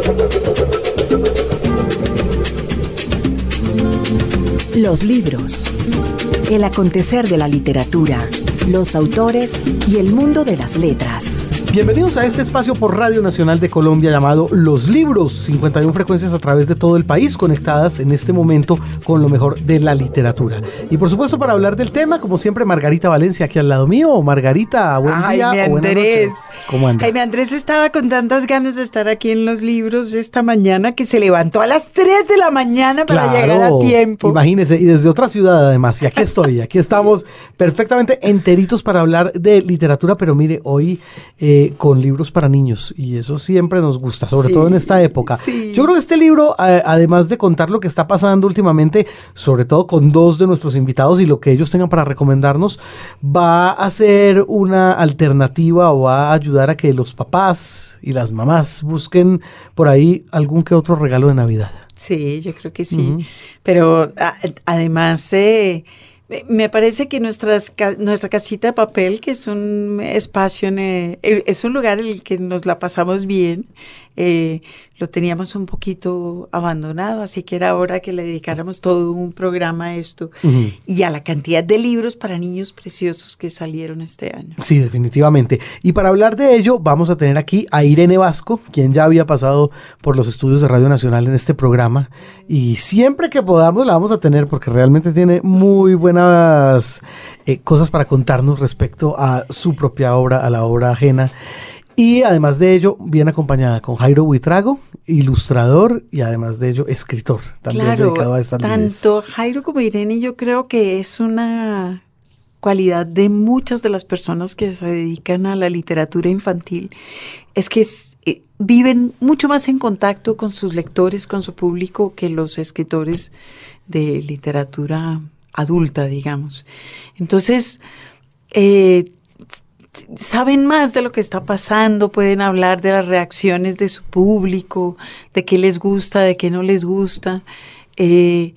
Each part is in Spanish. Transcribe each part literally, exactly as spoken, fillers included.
Los libros, el acontecer de la literatura, los autores y el mundo de las letras. Bienvenidos a este espacio por Radio Nacional de Colombia llamado Los Libros, cincuenta y una frecuencias a través de todo el país conectadas en este momento con lo mejor de la literatura. Y por supuesto para hablar del tema, como siempre, Margarita Valencia aquí al lado mío. Margarita, buen Ay, día o buena Andrés. noche. ¿Cómo anda? Jaime Andrés estaba con tantas ganas de estar aquí en Los Libros esta mañana que se levantó a las tres de la mañana para Claro, llegar a tiempo. Imagínese, y desde otra ciudad además, y aquí estoy, aquí estamos perfectamente enteritos para hablar de literatura, pero mire, hoy eh, con libros para niños, y eso siempre nos gusta, sobre Sí, todo en esta época. sí. Yo creo que este libro, eh, además de contar lo que está pasando últimamente, sobre todo con dos de nuestros invitados y lo que ellos tengan para recomendarnos, va a ser una alternativa o va a ayudar a que los papás y las mamás busquen por ahí algún que otro regalo de Navidad. Sí, yo creo que sí. Uh-huh. Pero a, además, eh, me parece que nuestras, nuestra casita de papel, que es un espacio, en, eh, es un lugar en el que nos la pasamos bien, eh, lo teníamos un poquito abandonado, así que era hora que le dedicáramos todo un programa a esto uh-huh. y a la cantidad de libros para niños preciosos que salieron este año. Sí, definitivamente. Y para hablar de ello, vamos a tener aquí a Irene Vasco, quien ya había pasado por los estudios de Radio Nacional en este programa, y siempre que podamos la vamos a tener porque realmente tiene muy buenas eh, cosas para contarnos respecto a su propia obra, a la obra ajena. Y además de ello, viene acompañada con Jairo Buitrago, ilustrador y además de ello, escritor, también claro, dedicado a esta tanto Jairo como Irene, yo creo que es una cualidad de muchas de las personas que se dedican a la literatura infantil, es que es, eh, viven mucho más en contacto con sus lectores, con su público, que los escritores de literatura adulta, digamos. Entonces, eh, saben más de lo que está pasando, pueden hablar de las reacciones de su público, de qué les gusta, de qué no les gusta. Eh,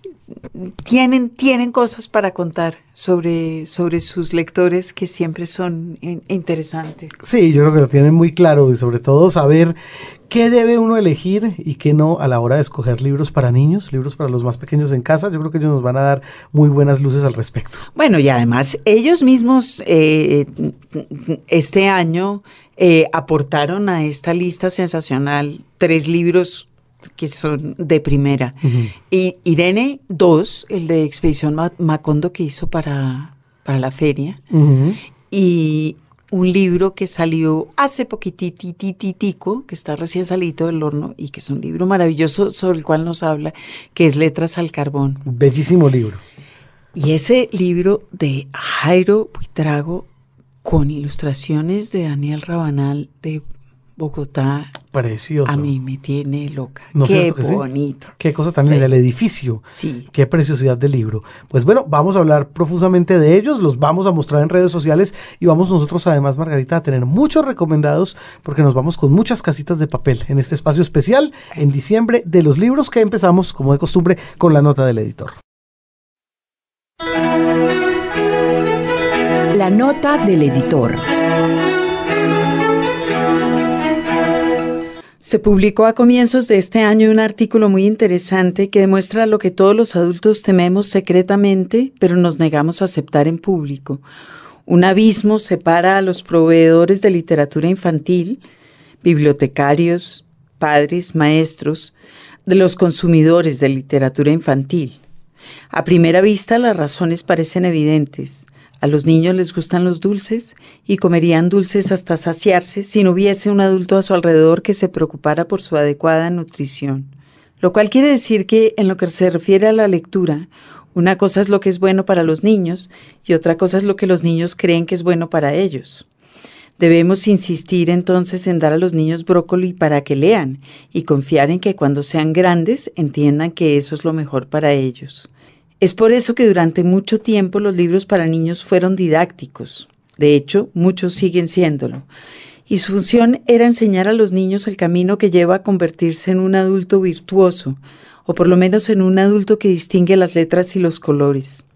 tienen, tienen cosas para contar sobre, sobre sus lectores que siempre son in, interesantes. Sí, yo creo que lo tienen muy claro y sobre todo saber qué debe uno elegir y qué no a la hora de escoger libros para niños, libros para los más pequeños en casa. Yo creo que ellos nos van a dar muy buenas luces al respecto. Bueno, y además ellos mismos eh, este año eh, aportaron a esta lista sensacional tres libros que son de primera. Uh-huh. Y Irene, dos, el de Expedición Macondo que hizo para, para la feria, uh-huh. y un libro que salió hace poquitititico, que está recién salido del horno y que es un libro maravilloso sobre el cual nos habla, que es Letras al Carbón. Bellísimo libro. Y ese libro de Jairo Buitrago con ilustraciones de Daniel Rabanal de Bogotá, precioso. A mí me tiene loca. ¿No Qué que bonito. Sí? Qué cosa tan sí. linda, el edificio. Sí. Qué preciosidad del libro. Pues bueno, vamos a hablar profusamente de ellos, los vamos a mostrar en redes sociales y vamos nosotros además, Margarita, a tener muchos recomendados porque nos vamos con muchas casitas de papel en este espacio especial en diciembre de los libros que empezamos, como de costumbre, con la nota del editor. La nota del editor. Se publicó a comienzos de este año un artículo muy interesante que demuestra lo que todos los adultos tememos secretamente, pero nos negamos a aceptar en público. Un abismo separa a los proveedores de literatura infantil, bibliotecarios, padres, maestros, de los consumidores de literatura infantil. A primera vista, las razones parecen evidentes. A los niños les gustan los dulces y comerían dulces hasta saciarse si no hubiese un adulto a su alrededor que se preocupara por su adecuada nutrición. Lo cual quiere decir que, en lo que se refiere a la lectura, una cosa es lo que es bueno para los niños y otra cosa es lo que los niños creen que es bueno para ellos. Debemos insistir entonces en dar a los niños brócoli para que lean y confiar en que cuando sean grandes entiendan que eso es lo mejor para ellos. Es por eso que durante mucho tiempo los libros para niños fueron didácticos. De hecho, muchos siguen siéndolo. Y su función era enseñar a los niños el camino que lleva a convertirse en un adulto virtuoso, o por lo menos en un adulto que distingue las letras y los colores.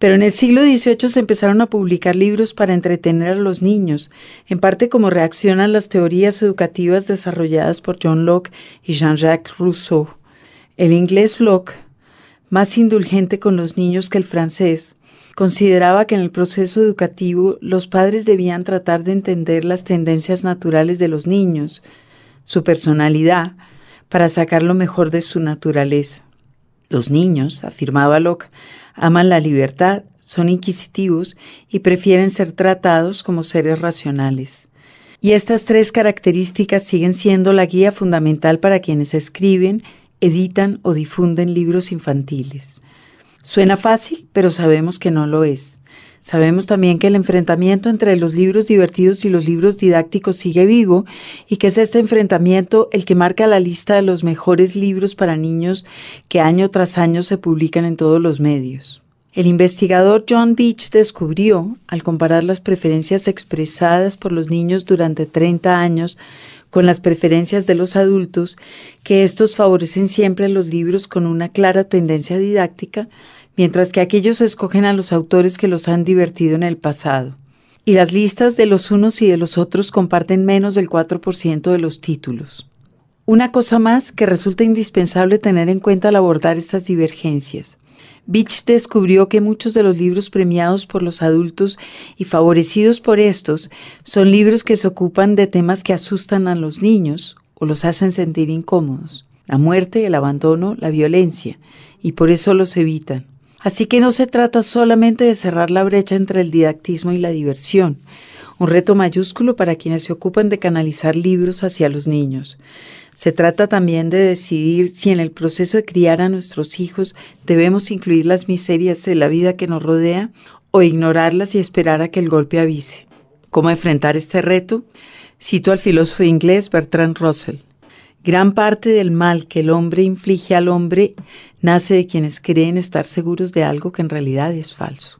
Pero en el siglo dieciocho se empezaron a publicar libros para entretener a los niños, en parte como reacción a las teorías educativas desarrolladas por John Locke y Jean-Jacques Rousseau. El inglés Locke, más indulgente con los niños que el francés, consideraba que en el proceso educativo los padres debían tratar de entender las tendencias naturales de los niños, su personalidad, para sacar lo mejor de su naturaleza. Los niños, afirmaba Locke, aman la libertad, son inquisitivos y prefieren ser tratados como seres racionales. Y estas tres características siguen siendo la guía fundamental para quienes escriben, editan o difunden libros infantiles. Suena fácil, pero sabemos que no lo es. Sabemos también que el enfrentamiento entre los libros divertidos y los libros didácticos sigue vivo y que es este enfrentamiento el que marca la lista de los mejores libros para niños que año tras año se publican en todos los medios. El investigador John Beach descubrió, al comparar las preferencias expresadas por los niños durante treinta años con las preferencias de los adultos, que estos favorecen siempre a los libros con una clara tendencia didáctica, mientras que aquellos escogen a los autores que los han divertido en el pasado. Y las listas de los unos y de los otros comparten menos del cuatro por ciento de los títulos. Una cosa más que resulta indispensable tener en cuenta al abordar estas divergencias. Beach descubrió que muchos de los libros premiados por los adultos y favorecidos por estos son libros que se ocupan de temas que asustan a los niños o los hacen sentir incómodos. La muerte, el abandono, la violencia, y por eso los evitan. Así que no se trata solamente de cerrar la brecha entre el didactismo y la diversión, un reto mayúsculo para quienes se ocupan de canalizar libros hacia los niños. Se trata también de decidir si en el proceso de criar a nuestros hijos debemos incluir las miserias de la vida que nos rodea o ignorarlas y esperar a que el golpe avise. ¿Cómo enfrentar este reto? Cito al filósofo inglés Bertrand Russell. Gran parte del mal que el hombre inflige al hombre nace de quienes creen estar seguros de algo que en realidad es falso.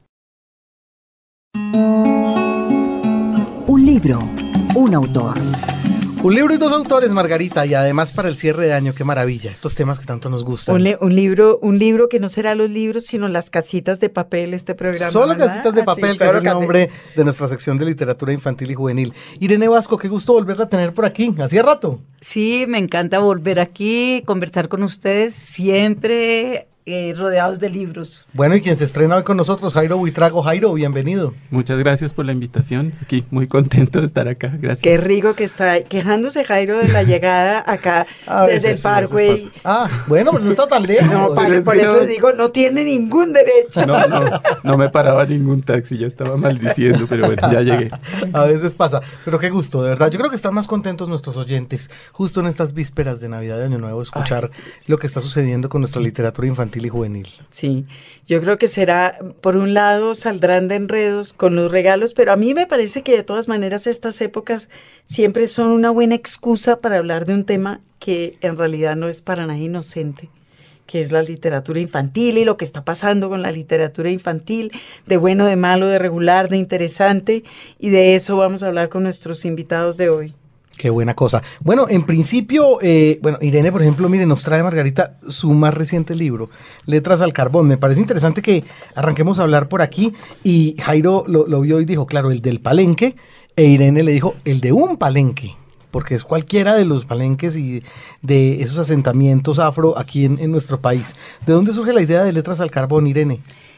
Un libro, un autor. Un libro y dos autores, Margarita, y además para el cierre de año, qué maravilla, estos temas que tanto nos gustan. Un, un libro, un libro que no será los libros, sino las casitas de papel, este programa. Solo ¿verdad? Casitas de papel, Así, que es el casi. nombre de nuestra sección de literatura infantil y juvenil. Irene Vasco, qué gusto volverla a tener por aquí, hacía rato. Sí, me encanta volver aquí, conversar con ustedes, siempre eh, rodeados de libros. Bueno, y quien se estrena hoy con nosotros, Jairo Buitrago. Jairo, bienvenido. Muchas gracias por la invitación, aquí muy contento de estar acá, gracias. Qué rico que está quejándose Jairo de la llegada acá A desde el veces, Parkway. a veces pasa. Ah, bueno, pero no está tan lejos. No, Pero pa- es por que eso no- digo, no tiene ningún derecho. No, no, no me paraba ningún taxi, ya estaba maldiciendo, pero bueno, ya llegué. A veces pasa, pero qué gusto, de verdad. Yo creo que están más contentos nuestros oyentes, justo en estas vísperas de Navidad de Año Nuevo, escuchar lo que está sucediendo con nuestra literatura infantil y juvenil. Sí, yo creo que será, por un lado, saldrán de enredos con los regalos, pero a mí me parece que de todas maneras estas épocas siempre son una buena excusa para hablar de un tema que en realidad no es para nada inocente, que es la literatura infantil y lo que está pasando con la literatura infantil, de bueno, de malo, de regular, de interesante, y de eso vamos a hablar con nuestros invitados de hoy. Qué buena cosa. Bueno, en principio, eh, bueno, Irene, por ejemplo, mire, nos trae Margarita su más reciente libro, Letras al Carbón. Me parece interesante que arranquemos a hablar por aquí y Jairo lo, lo vio y dijo, claro, el del palenque, e Irene le dijo, el de un palenque, porque es cualquiera de los palenques y de esos asentamientos afro aquí en, en nuestro país. ¿De dónde surge la idea de Letras al Carbón, Irene?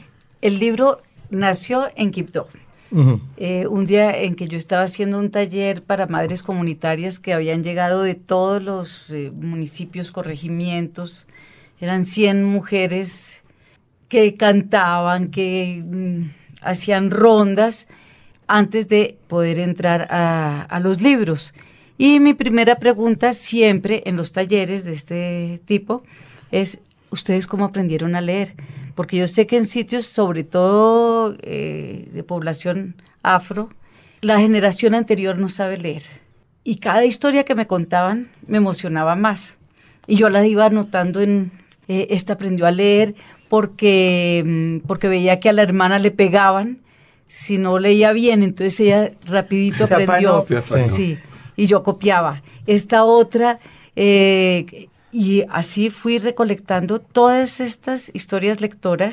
El libro nació en Quibdó. Uh-huh. Eh, un día en que yo estaba haciendo un taller para madres comunitarias que habían llegado de todos los eh, municipios, corregimientos, eran cien mujeres que cantaban, que mm, hacían rondas antes de poder entrar a, a los libros. Y mi primera pregunta siempre en los talleres de este tipo es, ¿ustedes cómo aprendieron a leer? Porque yo sé que en sitios, sobre todo eh, de población afro, la generación anterior no sabe leer. Y cada historia que me contaban me emocionaba más. Y yo la iba anotando en, eh, esta aprendió a leer porque, porque veía que a la hermana le pegaban si no leía bien, entonces ella rapidito Se aprendió. afanó. Se afanó. Sí, y yo copiaba. Esta otra... Eh, Y así fui recolectando todas estas historias lectoras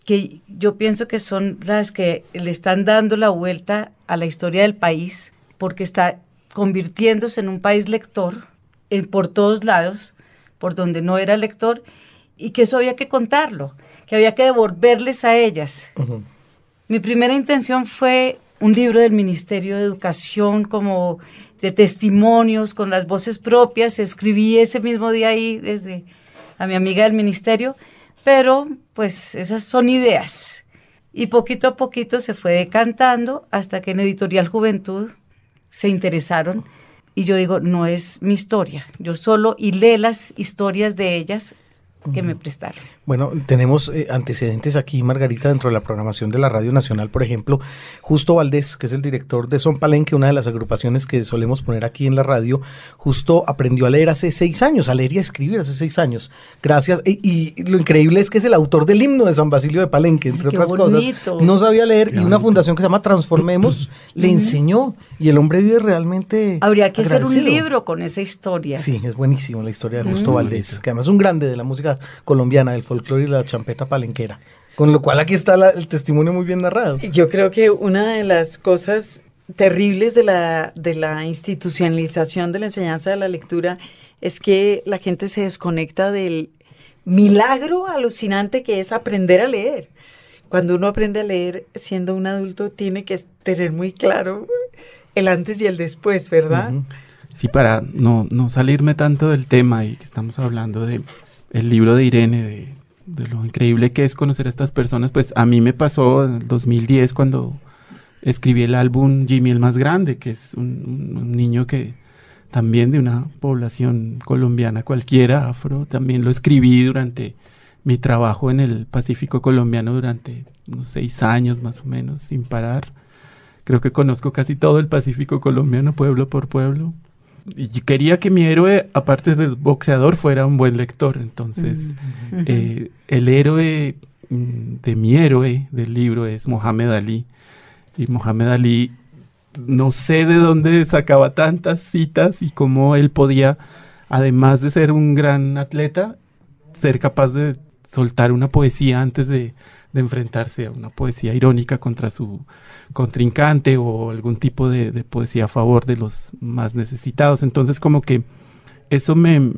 que yo pienso que son las que le están dando la vuelta a la historia del país, porque está convirtiéndose en un país lector en, por todos lados, por donde no era lector, y que eso había que contarlo, que había que devolverles a ellas. Uh-huh. Mi primera intención fue un libro del Ministerio de Educación, como de testimonios, con las voces propias. Escribí ese mismo día ahí desde a mi amiga del ministerio, pero pues esas son ideas. Y poquito a poquito se fue decantando hasta que en Editorial Juventud se interesaron. Y yo digo, no es mi historia, yo solo hilé las historias de ellas que me prestaron. Bueno, tenemos eh, antecedentes aquí, Margarita, dentro de la programación de la Radio Nacional, por ejemplo, Justo Valdés, que es el director de Son Palenque, una de las agrupaciones que solemos poner aquí en la radio. Justo aprendió a leer hace seis años, a leer y a escribir hace seis años, gracias, y, y lo increíble es que es el autor del himno de San Basilio de Palenque, entre Qué otras bonito. cosas. No sabía leer, Qué y una bonito. fundación que se llama Transformemos le enseñó, y el hombre vive realmente Habría que hacer un agradecido. libro con esa historia. Sí, es buenísimo la historia de Justo Mm. Valdés, que además es un grande de la música colombiana, del folclore y la champeta palenquera. Con lo cual aquí está la, el testimonio muy bien narrado. Yo creo que una de las cosas terribles de la, de la institucionalización de la enseñanza de la lectura es que la gente se desconecta del milagro alucinante que es aprender a leer. Cuando uno aprende a leer siendo un adulto tiene que tener muy claro el antes y el después, ¿verdad? Uh-huh. Sí, para no, no salirme tanto del tema y que estamos hablando de el libro de Irene, de, de lo increíble que es conocer a estas personas, pues a mí me pasó en el dos mil diez cuando escribí el álbum Jimmy el más grande, que es un, un, un niño que también de una población colombiana cualquiera, afro, también lo escribí durante mi trabajo en el Pacífico colombiano durante unos seis años más o menos, sin parar. Creo que conozco casi todo el Pacífico colombiano, pueblo por pueblo. Y quería que mi héroe, aparte del boxeador, fuera un buen lector. Entonces, uh-huh. eh, el héroe mm, de mi héroe del libro es Mohamed Ali. Y Mohamed Ali, no sé de dónde sacaba tantas citas y cómo él podía, además de ser un gran atleta, ser capaz de soltar una poesía antes de, de enfrentarse a una poesía irónica contra su contrincante o algún tipo de, de poesía a favor de los más necesitados. Entonces como que eso me,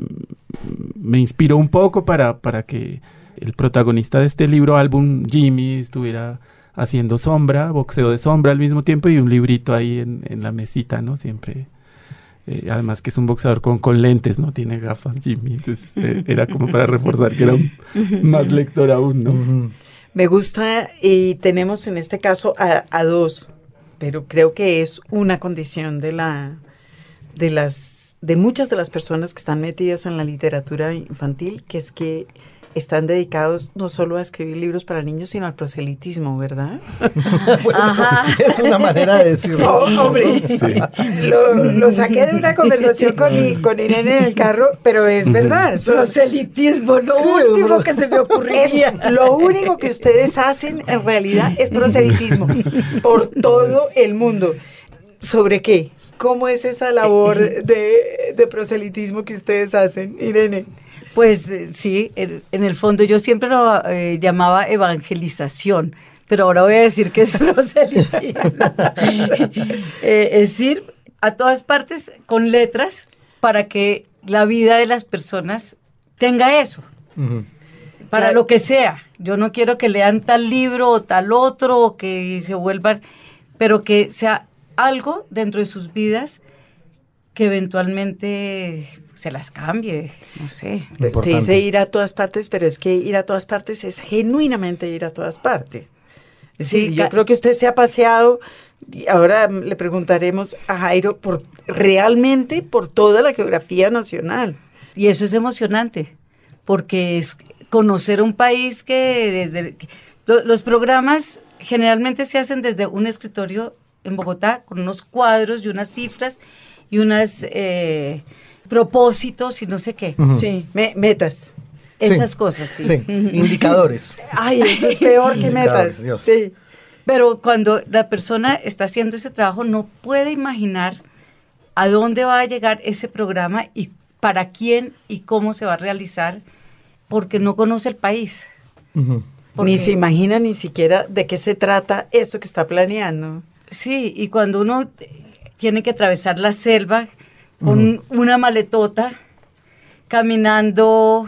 me inspiró un poco para, para que el protagonista de este libro álbum, Jimmy, estuviera haciendo sombra, boxeo de sombra al mismo tiempo y un librito ahí en, en la mesita, ¿no? Siempre, eh, además que es un boxeador con, con lentes, ¿no? Tiene gafas Jimmy, entonces eh, era como para reforzar que era un, más lector aún, ¿no? Uh-huh. Me gusta y tenemos en este caso a, a dos, pero creo que es una condición de la de las de muchas de las personas que están metidas en la literatura infantil, que es que están dedicados no solo a escribir libros para niños, sino al proselitismo, ¿verdad? Bueno, ajá. Es una manera de decirlo. Oh, hombre, sí. lo, lo saqué de una conversación con, con Irene en el carro, pero es verdad. Proselitismo, lo sí, último bro. que se me ocurriría. Es lo único que ustedes hacen en realidad es proselitismo por todo el mundo. ¿Sobre qué? ¿Cómo es esa labor de, de proselitismo que ustedes hacen, Irene? Pues sí, en, en el fondo yo siempre lo eh, llamaba evangelización, pero ahora voy a decir que es proselitismo. eh, es decir, a todas partes con letras para que la vida de las personas tenga eso, uh-huh. para claro. lo que sea. Yo no quiero que lean tal libro o tal otro, o que se vuelvan, pero que sea algo dentro de sus vidas que eventualmente se las cambie, no sé. Usted dice ir a todas partes, pero es que ir a todas partes es genuinamente ir a todas partes. Es sí, decir, yo ca- creo que usted se ha paseado, y ahora le preguntaremos a Jairo, por realmente por toda la geografía nacional. Y eso es emocionante, porque es conocer un país que desde... Que, lo, los programas generalmente se hacen desde un escritorio en Bogotá, con unos cuadros y unas cifras y unos eh, propósitos y no sé qué. Uh-huh. Sí, me, metas. Esas sí, cosas, sí. sí. Uh-huh. Indicadores. Ay, eso es peor que metas. Dios. Sí. Pero cuando la persona está haciendo ese trabajo, no puede imaginar a dónde va a llegar ese programa y para quién y cómo se va a realizar, porque no conoce el país. Uh-huh. Porque, ni se imagina ni siquiera de qué se trata eso que está planeando. Sí, y cuando uno tiene que atravesar la selva con uh-huh. una maletota, caminando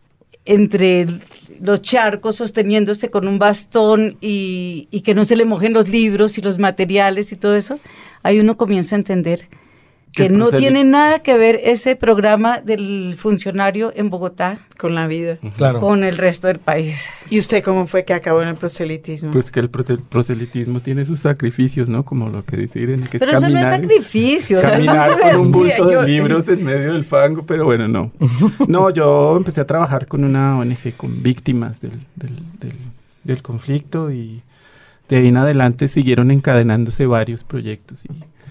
entre los charcos, sosteniéndose con un bastón y, y que no se le mojen los libros y los materiales y todo eso, ahí uno comienza a entender que no tiene nada que ver ese programa del funcionario en Bogotá con la vida, claro, con el resto del país. ¿Y usted cómo fue que acabó en el proselitismo? Pues que el proselitismo tiene sus sacrificios, ¿no? Como lo que dice Irene, que pero es eso caminar, no es sacrificio. caminar con un bulto yo, de libros en medio del fango, pero bueno, no. No, yo empecé a trabajar con una O N G, con víctimas del, del, del, del conflicto, y de ahí en adelante siguieron encadenándose varios proyectos, y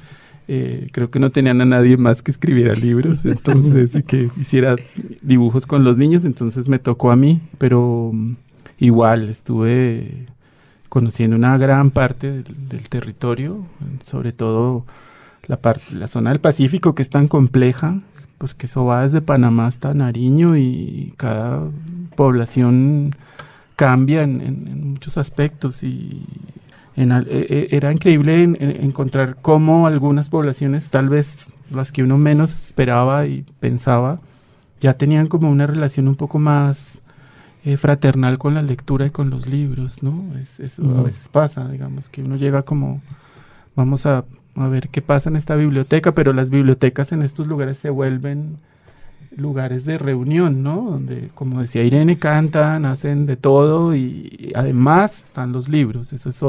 Eh, creo que no tenían a nadie más que escribiera libros, entonces, y que hiciera dibujos con los niños, entonces me tocó a mí, pero um, igual estuve conociendo una gran parte del, del territorio, sobre todo la parte, la zona del Pacífico, que es tan compleja, pues que eso va desde Panamá hasta Nariño, y cada población cambia en, en, en muchos aspectos, y En, eh, era increíble en, en encontrar cómo algunas poblaciones, tal vez las que uno menos esperaba y pensaba, ya tenían como una relación un poco más eh, fraternal con la lectura y con los libros, ¿no? Es, eso mm. a veces pasa, digamos, que uno llega como, vamos a, a ver qué pasa en esta biblioteca, pero las bibliotecas en estos lugares se vuelven lugares de reunión, ¿no? Donde, como decía Irene, cantan, hacen de todo, y además están los libros. Eso es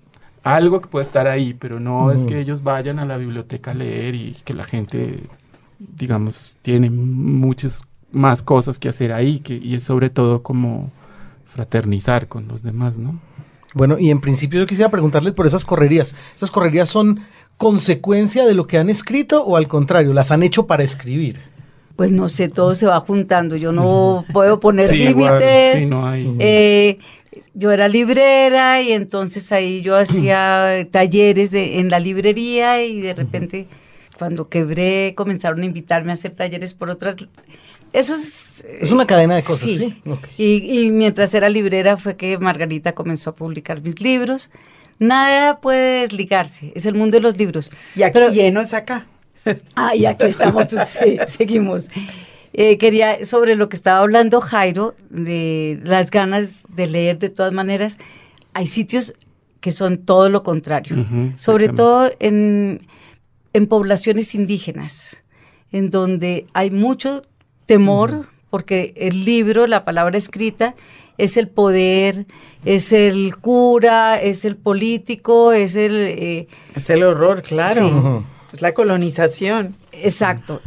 algo que puede estar ahí, pero no uh-huh. es que ellos vayan a la biblioteca a leer, y que la gente, digamos, tiene muchas más cosas que hacer ahí, que, y es sobre todo como fraternizar con los demás, ¿no? Bueno, y en principio yo quisiera preguntarles por esas correrías. ¿Esas correrías son consecuencia de lo que han escrito o al contrario, las han hecho para escribir? Pues no sé, todo se va juntando, yo no puedo poner sí, límites, sí, no hay. eh, yo era librera y entonces ahí yo hacía talleres de, en la librería, y de repente cuando quebré comenzaron a invitarme a hacer talleres por otras, eso es... Es una cadena de cosas, ¿sí? Sí, okay. y, y mientras era librera fue que Margarita comenzó a publicar mis libros. Nada puede desligarse, es el mundo de los libros. Y aquí Pero, lleno es acá. Ah, y aquí estamos, sí, seguimos. Eh, quería, sobre lo que estaba hablando Jairo, de las ganas de leer de todas maneras, hay sitios que son todo lo contrario, uh-huh, sobre todo en, en poblaciones indígenas, en donde hay mucho temor, uh-huh. porque el libro, la palabra escrita, es el poder, es el cura, es el político, es el... Eh, es el horror, claro. Sí. Uh-huh. Es la colonización. Exacto.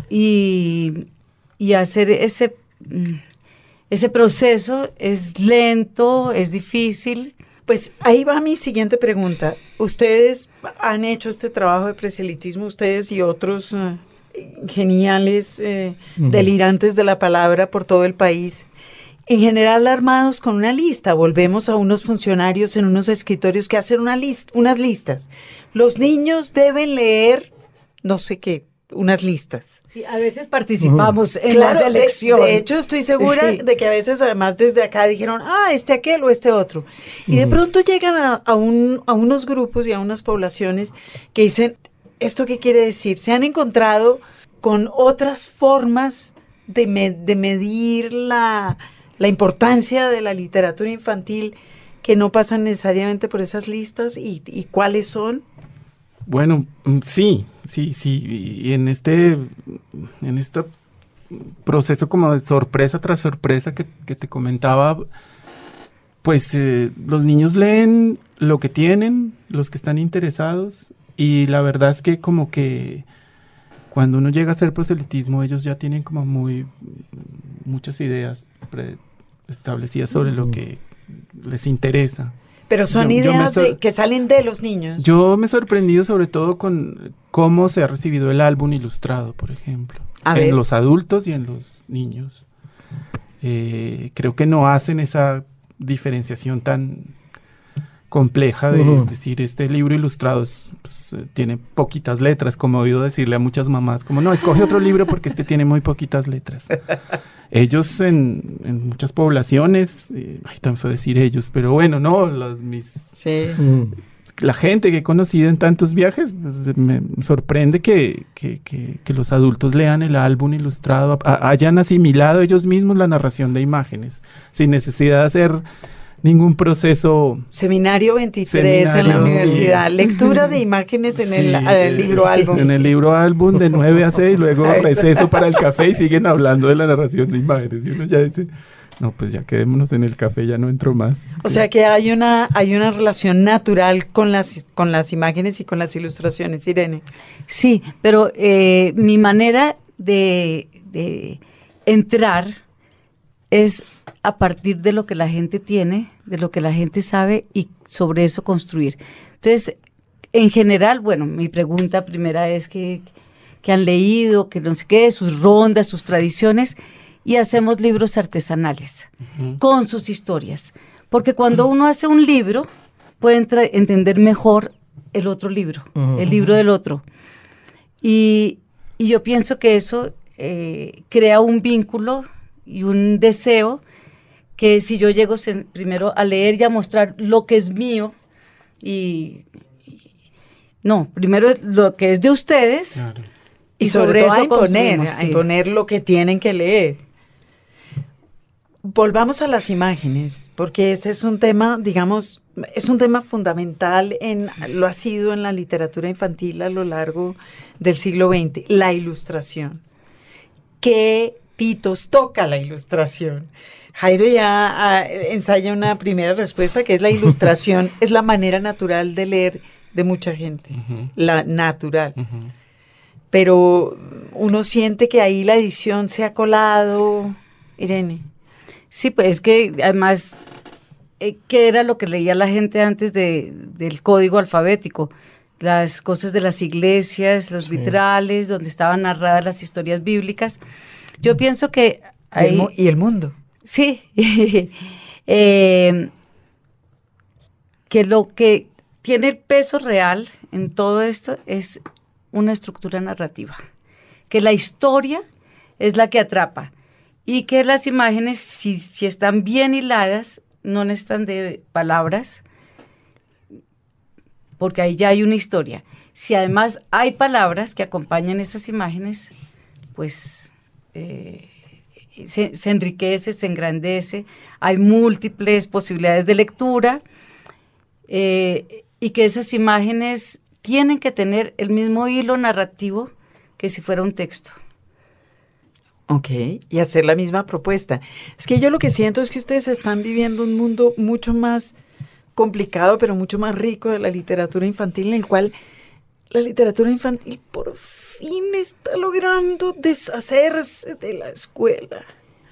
Y, y hacer ese, ese proceso es lento, es difícil. Pues ahí va mi siguiente pregunta. Ustedes han hecho este trabajo de proselitismo, ustedes y otros uh, geniales, eh, uh-huh. delirantes de la palabra por todo el país. En general armados con una lista. Volvemos a unos funcionarios en unos escritorios que hacen una list- unas listas. Los niños deben leer... no sé qué, unas listas. Sí, a veces participamos uh-huh. en claro, la selección. De, de hecho, estoy segura sí. de que a veces, además, desde acá dijeron, ah, este aquel o este otro. Y uh-huh. de pronto llegan a, a, un, a unos grupos y a unas poblaciones que dicen, ¿esto qué quiere decir? Se han encontrado con otras formas de, me, de medir la, la importancia de la literatura infantil que no pasan necesariamente por esas listas, y, y ¿cuáles son? Bueno, sí, sí, sí, y en este, en este proceso como de sorpresa tras sorpresa que, que te comentaba, pues eh, los niños leen lo que tienen, los que están interesados, y la verdad es que como que cuando uno llega a hacer proselitismo, ellos ya tienen como muy, muchas ideas preestablecidas sobre lo que les interesa. Pero son yo, ideas yo sor- de, que salen de los niños. Yo me he sorprendido sobre todo con cómo se ha recibido el álbum ilustrado, por ejemplo. A en ver. Los adultos y en los niños. Eh, creo que no hacen esa diferenciación tan, compleja de Uh-huh. decir, este libro ilustrado es, pues, eh, tiene poquitas letras, como he oído decirle a muchas mamás, como no, escoge otro libro porque este tiene muy poquitas letras. Ellos en, en muchas poblaciones, eh, ay, tan feo decir ellos, pero bueno, no, las, mis, Sí. Mm. la gente que he conocido en tantos viajes, pues, me sorprende que, que, que, que los adultos lean el álbum ilustrado, a, hayan asimilado ellos mismos la narración de imágenes, sin necesidad de hacer ningún proceso. Seminario veintitrés en la Seminario, universidad. sí. Lectura de imágenes en Sí, el, eh, eh, libro álbum. En el libro álbum de nueve a seis, luego Eso. receso para el café y siguen hablando de la narración de imágenes. Y uno ya dice, no, pues ya quedémonos en el café, ya no entro más. O sea que hay una, hay una relación natural con las, con las imágenes y con las ilustraciones, Irene. Sí, pero eh, mi manera de, de entrar es a partir de lo que la gente tiene, de lo que la gente sabe y sobre eso construir. Entonces, en general, bueno, mi pregunta primera es que, que han leído, que no sé qué, sus rondas, sus tradiciones, y hacemos libros artesanales Uh-huh. con sus historias. Porque cuando uno hace un libro, puede entra- entender mejor el otro libro, Uh-huh. el libro del otro. Y, y yo pienso que eso eh, crea un vínculo y un deseo que si yo llego sen- primero a leer y a mostrar lo que es mío y, y- no, primero lo que es de ustedes. Claro. Y, Y sobre, sobre todo a eso imponer, construimos, a sí. imponer lo que tienen que leer. Volvamos a las imágenes, porque ese es un tema, digamos, es un tema fundamental, en, lo ha sido en la literatura infantil a lo largo del siglo veinte, la ilustración. ¿Qué pitos toca la ilustración? Jairo ya ah, ensaya una primera respuesta, que es la ilustración, es la manera natural de leer de mucha gente, Uh-huh. la natural. Uh-huh. Pero uno siente que ahí la edición se ha colado, Irene. Sí, pues es que además, eh, ¿qué era lo que leía la gente antes de, del código alfabético? Las cosas de las iglesias, los Sí. vitrales, donde estaban narradas las historias bíblicas. Yo pienso que Y el, ahí, mu- y el mundo. sí, eh, que lo que tiene el peso real en todo esto es una estructura narrativa, que la historia es la que atrapa y que las imágenes, si, si están bien hiladas, no necesitan de palabras, porque ahí ya hay una historia. Si además hay palabras que acompañan esas imágenes, pues eh, se, se enriquece, se engrandece, hay múltiples posibilidades de lectura, eh, y que esas imágenes tienen que tener el mismo hilo narrativo que si fuera un texto. Ok, y hacer la misma propuesta. Es que yo lo que siento es que ustedes están viviendo un mundo mucho más complicado, pero mucho más rico de la literatura infantil, en el cual la literatura infantil por fin está logrando deshacerse de la escuela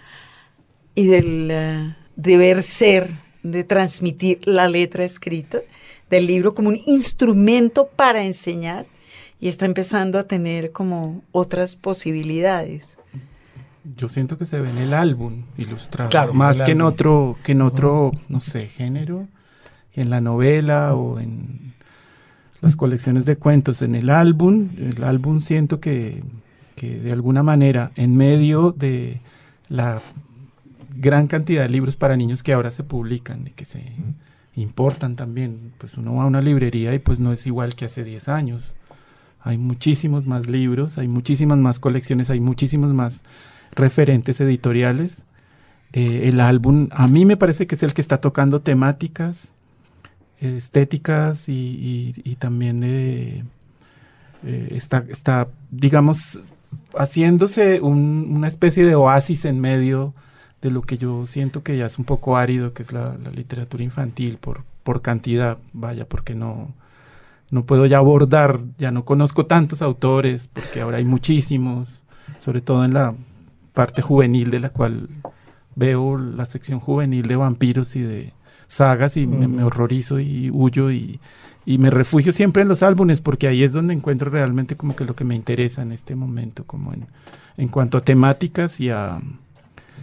y del uh, deber ser, de transmitir la letra escrita del libro como un instrumento para enseñar, y está empezando a tener como otras posibilidades. Yo siento que se ve en el álbum ilustrado, Claro, más el que en álbum. otro, que en otro, no sé, género, que en la novela o en las colecciones de cuentos. En el álbum, el álbum siento que, que de alguna manera, en medio de la gran cantidad de libros para niños que ahora se publican y que se importan también, pues uno va a una librería y pues no es igual que hace diez años. Hay muchísimos más libros, hay muchísimas más colecciones, hay muchísimos más referentes editoriales. Eh, el álbum a mí me parece que es el que está tocando temáticas eh, estéticas y, y, y también eh, eh, está, está, digamos, haciéndose un, una especie de oasis en medio de lo que yo siento que ya es un poco árido, que es la, la literatura infantil, por, por cantidad, vaya, porque no, no puedo ya abordar, ya no conozco tantos autores, porque ahora hay muchísimos, sobre todo en la parte juvenil, de la cual veo la sección juvenil de vampiros y de sagas, y me, me horrorizo y huyo, y, y me refugio siempre en los álbumes, porque ahí es donde encuentro realmente como que lo que me interesa en este momento, como en, en cuanto a temáticas y a...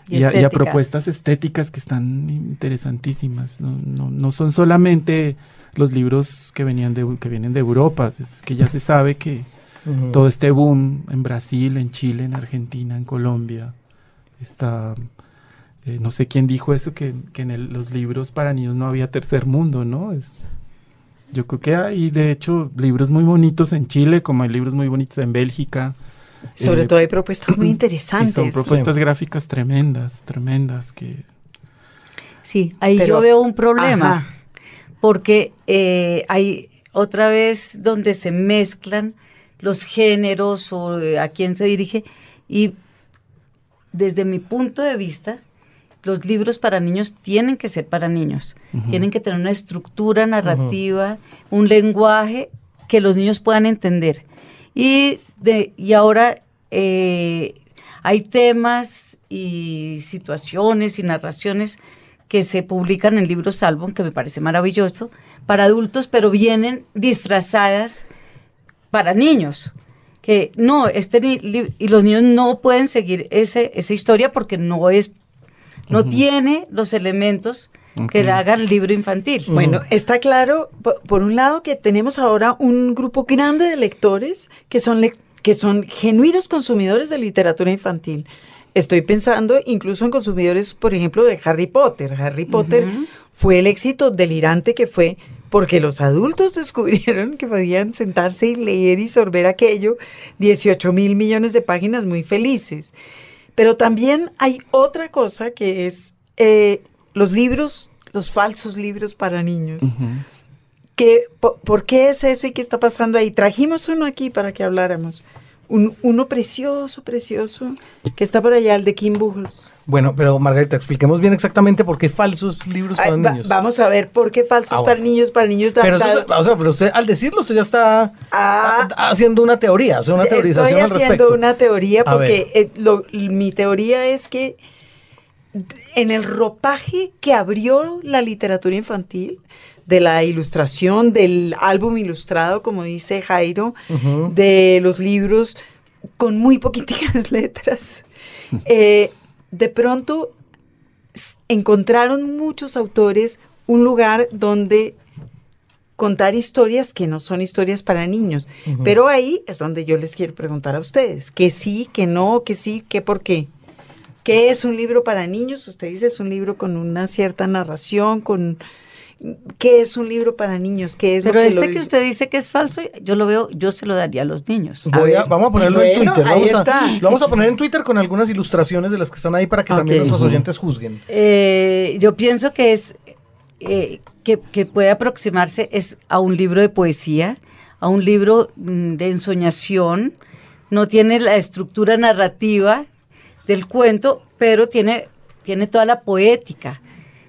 Y, y, a, y a propuestas estéticas que están interesantísimas. No, no, no son solamente los libros que venían de que vienen de Europa, es que ya se sabe que uh-huh. todo este boom en Brasil, en Chile, en Argentina, en Colombia, está, eh, no sé quién dijo eso, que, que en el, los libros para niños no había tercer mundo, ¿no? Es, yo creo que hay, de hecho, libros muy bonitos en Chile, como hay libros muy bonitos en Bélgica. Sobre eh, todo hay propuestas muy interesantes. Son propuestas sí. gráficas tremendas, tremendas. que Sí, ahí Pero, yo veo un problema, ajá. porque eh, hay otra vez donde se mezclan los géneros o a quién se dirige, y desde mi punto de vista, los libros para niños tienen que ser para niños, uh-huh. tienen que tener una estructura narrativa, uh-huh. un lenguaje que los niños puedan entender. Y, de, y ahora eh, hay temas y situaciones y narraciones que se publican en libros álbum, que me parece maravilloso, para adultos, pero vienen disfrazadas para niños. Que no, este li- y los niños no pueden seguir ese, esa historia porque no es, no uh-huh. tiene los elementos okay. que le hagan libro infantil. Uh-huh. Bueno, está claro, por, por un lado, que tenemos ahora un grupo grande de lectores que son, le- que son genuinos consumidores de literatura infantil. Estoy pensando incluso en consumidores, por ejemplo, de Harry Potter. Harry Potter uh-huh. fue el éxito delirante que fue porque los adultos descubrieron que podían sentarse y leer y sorber aquello, dieciocho mil millones de páginas muy felices. Pero también hay otra cosa que es eh, los libros, los falsos libros para niños. Uh-huh. Que, po, ¿Por qué es eso y qué está pasando ahí? Trajimos uno aquí para que habláramos. Un, uno precioso, precioso, que está por allá, el de Kim Buchholz. Bueno, pero Margarita, expliquemos bien exactamente por qué falsos libros para Ay, niños. Va, vamos a ver por qué falsos ah, bueno. para niños, para niños pero, eso, o sea, pero usted, al decirlo, usted ya está ah, a, haciendo una teoría, o sea, una teorización al respecto. Estoy haciendo una teoría porque eh, lo, mi teoría es que en el ropaje que abrió la literatura infantil, de la ilustración, del álbum ilustrado, como dice Jairo, uh-huh. de los libros con muy poquitas letras, eh, de pronto encontraron muchos autores un lugar donde contar historias que no son historias para niños. Uh-huh. Pero ahí es donde yo les quiero preguntar a ustedes, que sí, que no, que sí, que por qué. ¿Qué es un libro para niños? Usted dice es un libro con una cierta narración, con... ¿Qué es un libro para niños? ¿Qué es Pero lo que este lo... que usted dice que es falso, yo lo veo, yo se lo daría a los niños. Voy a, vamos a ponerlo bueno, en Twitter. Ahí vamos está. A, lo vamos a poner en Twitter con algunas ilustraciones de las que están ahí para que okay. también nuestros oyentes juzguen. Eh, yo pienso que es eh, que, que puede aproximarse es a un libro de poesía, a un libro mm, de ensoñación. No tiene la estructura narrativa del cuento, pero tiene, tiene toda la poética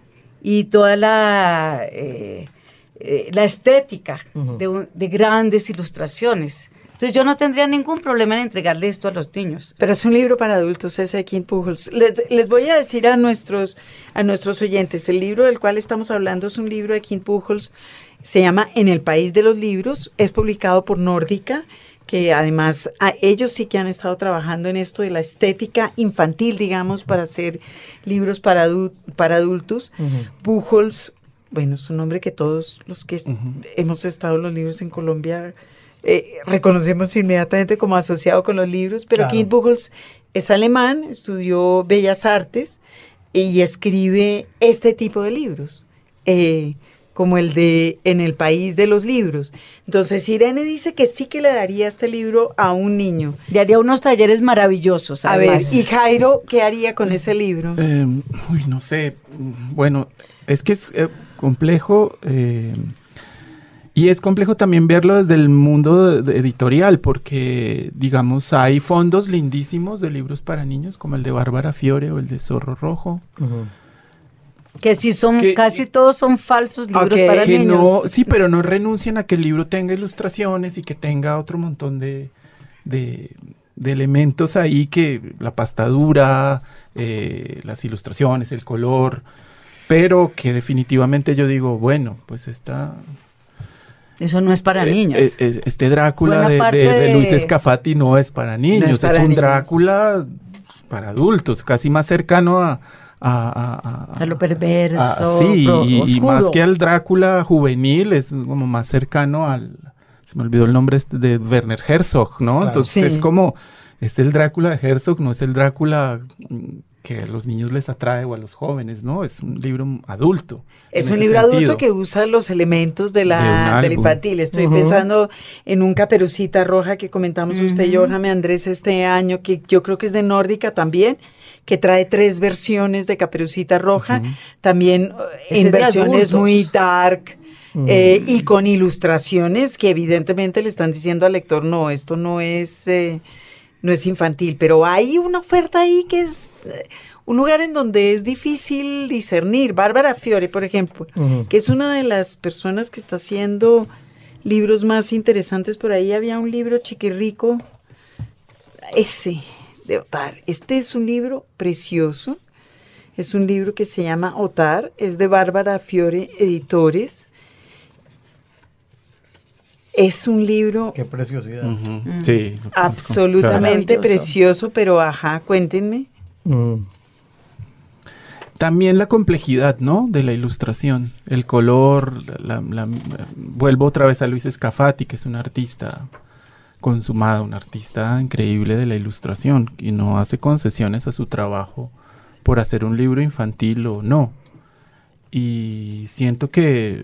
y toda la, eh, eh, la estética uh-huh. de, un, de grandes ilustraciones. Entonces yo no tendría ningún problema en entregarle esto a los niños. Pero es un libro para adultos, ese de Kim Buchholz. Les, les voy a decir a nuestros, a nuestros oyentes, el libro del cual estamos hablando es un libro de Kim Buchholz, se llama En el País de los Libros, es publicado por Nórdica, que además a ellos sí que han estado trabajando en esto de la estética infantil, digamos, para hacer libros para, adu- para adultos. Uh-huh. Buchholz, bueno, es un nombre que todos los que uh-huh. hemos estado en los libros en Colombia eh, reconocemos inmediatamente como asociado con los libros, pero claro. Kim Buchholz es alemán, estudió Bellas Artes y escribe este tipo de libros. Eh, como el de En el País de los Libros. Entonces, Irene dice que sí que le daría este libro a un niño. Le haría unos talleres maravillosos, además. A ver, ¿y Jairo qué haría con ese libro? Eh, uy, no sé. Bueno, es que es eh, complejo eh, y es complejo también verlo desde el mundo de, de editorial, porque, digamos, hay fondos lindísimos de libros para niños, como el de Bárbara Fiore o el de Zorro Rojo. Uh-huh. Que sí son, que, casi todos son falsos libros okay, para que niños. No, sí, pero no renuncian a que el libro tenga ilustraciones y que tenga otro montón de, de, de elementos ahí, que la pastadura, eh, las ilustraciones, el color, pero que definitivamente yo digo, bueno, pues esta... Eso no es para eh, niños. Eh, este Drácula de, de, de Luis Escafati no es para niños, no es, para es un niños. Drácula... para adultos, casi más cercano a... A, a, a lo perverso, a, sí, pro, y, y más que al Drácula juvenil, es como más cercano al... Se me olvidó el nombre este de Werner Herzog, ¿no? Claro, Entonces sí. es como... Es el Drácula de Herzog, no es el Drácula que a los niños les atrae o a los jóvenes, ¿no? Es un libro adulto. Es un libro sentido. adulto que usa los elementos de la, de del infantil. Estoy uh-huh. pensando en un Caperucita Roja que comentamos uh-huh. usted y yo, Jaime Andrés, este año, que yo creo que es de Nórdica también, que trae tres versiones de Caperucita Roja, uh-huh. también Ese en versiones muy dark, uh-huh. eh, y con ilustraciones que evidentemente le están diciendo al lector, no, esto no es... Eh, no es infantil, pero hay una oferta ahí que es eh, un lugar en donde es difícil discernir. Bárbara Fiore, por ejemplo, uh-huh. que es una de las personas que está haciendo libros más interesantes por ahí. Había un libro chiquirrico, ese de Otar. Este es un libro precioso. Es un libro que se llama Otar, es de Bárbara Fiore Editores. Es un libro... ¡Qué preciosidad! Uh-huh. Mm. Sí. Absolutamente claro. precioso, pero ajá, cuéntenme. Mm. También la complejidad, ¿no? De la ilustración. El color, la, la, la, vuelvo otra vez a Luis Scafati, que es un artista consumado, un artista increíble de la ilustración, y no hace concesiones a su trabajo por hacer un libro infantil o no. Y siento que...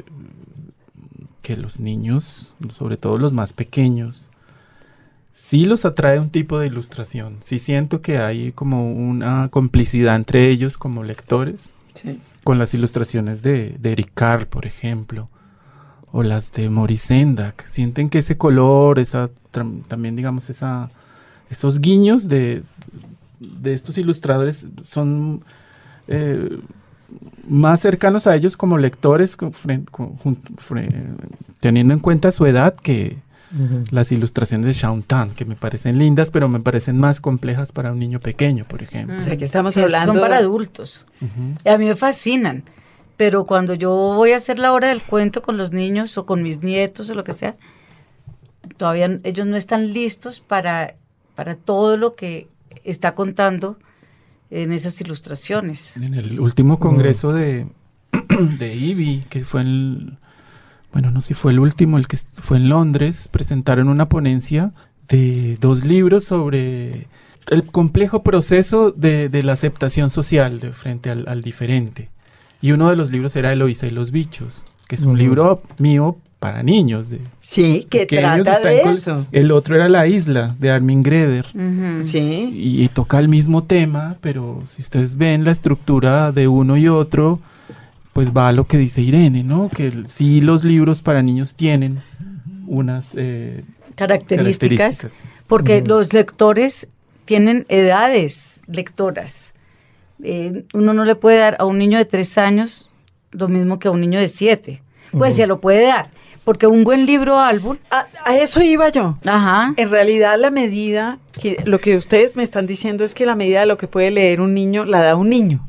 que los niños, sobre todo los más pequeños, sí los atrae un tipo de ilustración. Sí siento que hay como una complicidad entre ellos como lectores, sí. con las ilustraciones de, de Eric Carle, por ejemplo, o las de Maurice Sendak. Sienten que ese color, esa también digamos esa, esos guiños de, de estos ilustradores son... Eh, más cercanos a ellos como lectores, con, con, con, teniendo en cuenta su edad, que uh-huh. las ilustraciones de Shaun Tan, que me parecen lindas, pero me parecen más complejas para un niño pequeño, por ejemplo. O sea, que estamos sí, hablando... Son para adultos. Uh-huh. A mí me fascinan, pero cuando yo voy a hacer la hora del cuento con los niños o con mis nietos o lo que sea, todavía ellos no están listos para, para todo lo que está contando en esas ilustraciones. En el último congreso de, de I B I, que fue el, bueno, no sé si fue el último, el que fue en Londres, presentaron una ponencia de dos libros sobre el complejo proceso de, de la aceptación social de frente al, al diferente. Y uno de los libros era Eloísa y los bichos, que es un uh-huh. libro mío para niños. De sí, que trata de con, eso. El otro era La Isla, de Armin Greder. Uh-huh. Sí. Y, y toca el mismo tema, pero si ustedes ven la estructura de uno y otro, pues va a lo que dice Irene, ¿no? Que el, sí los libros para niños tienen unas eh, características, características, porque uh-huh. los lectores tienen edades lectoras. Eh, uno no le puede dar a un niño de tres años lo mismo que a un niño de siete. Pues uh-huh. se lo puede dar. Porque un buen libro álbum... A, a eso iba yo. Ajá. En realidad la medida, que lo que ustedes me están diciendo es que la medida de lo que puede leer un niño, la da un niño.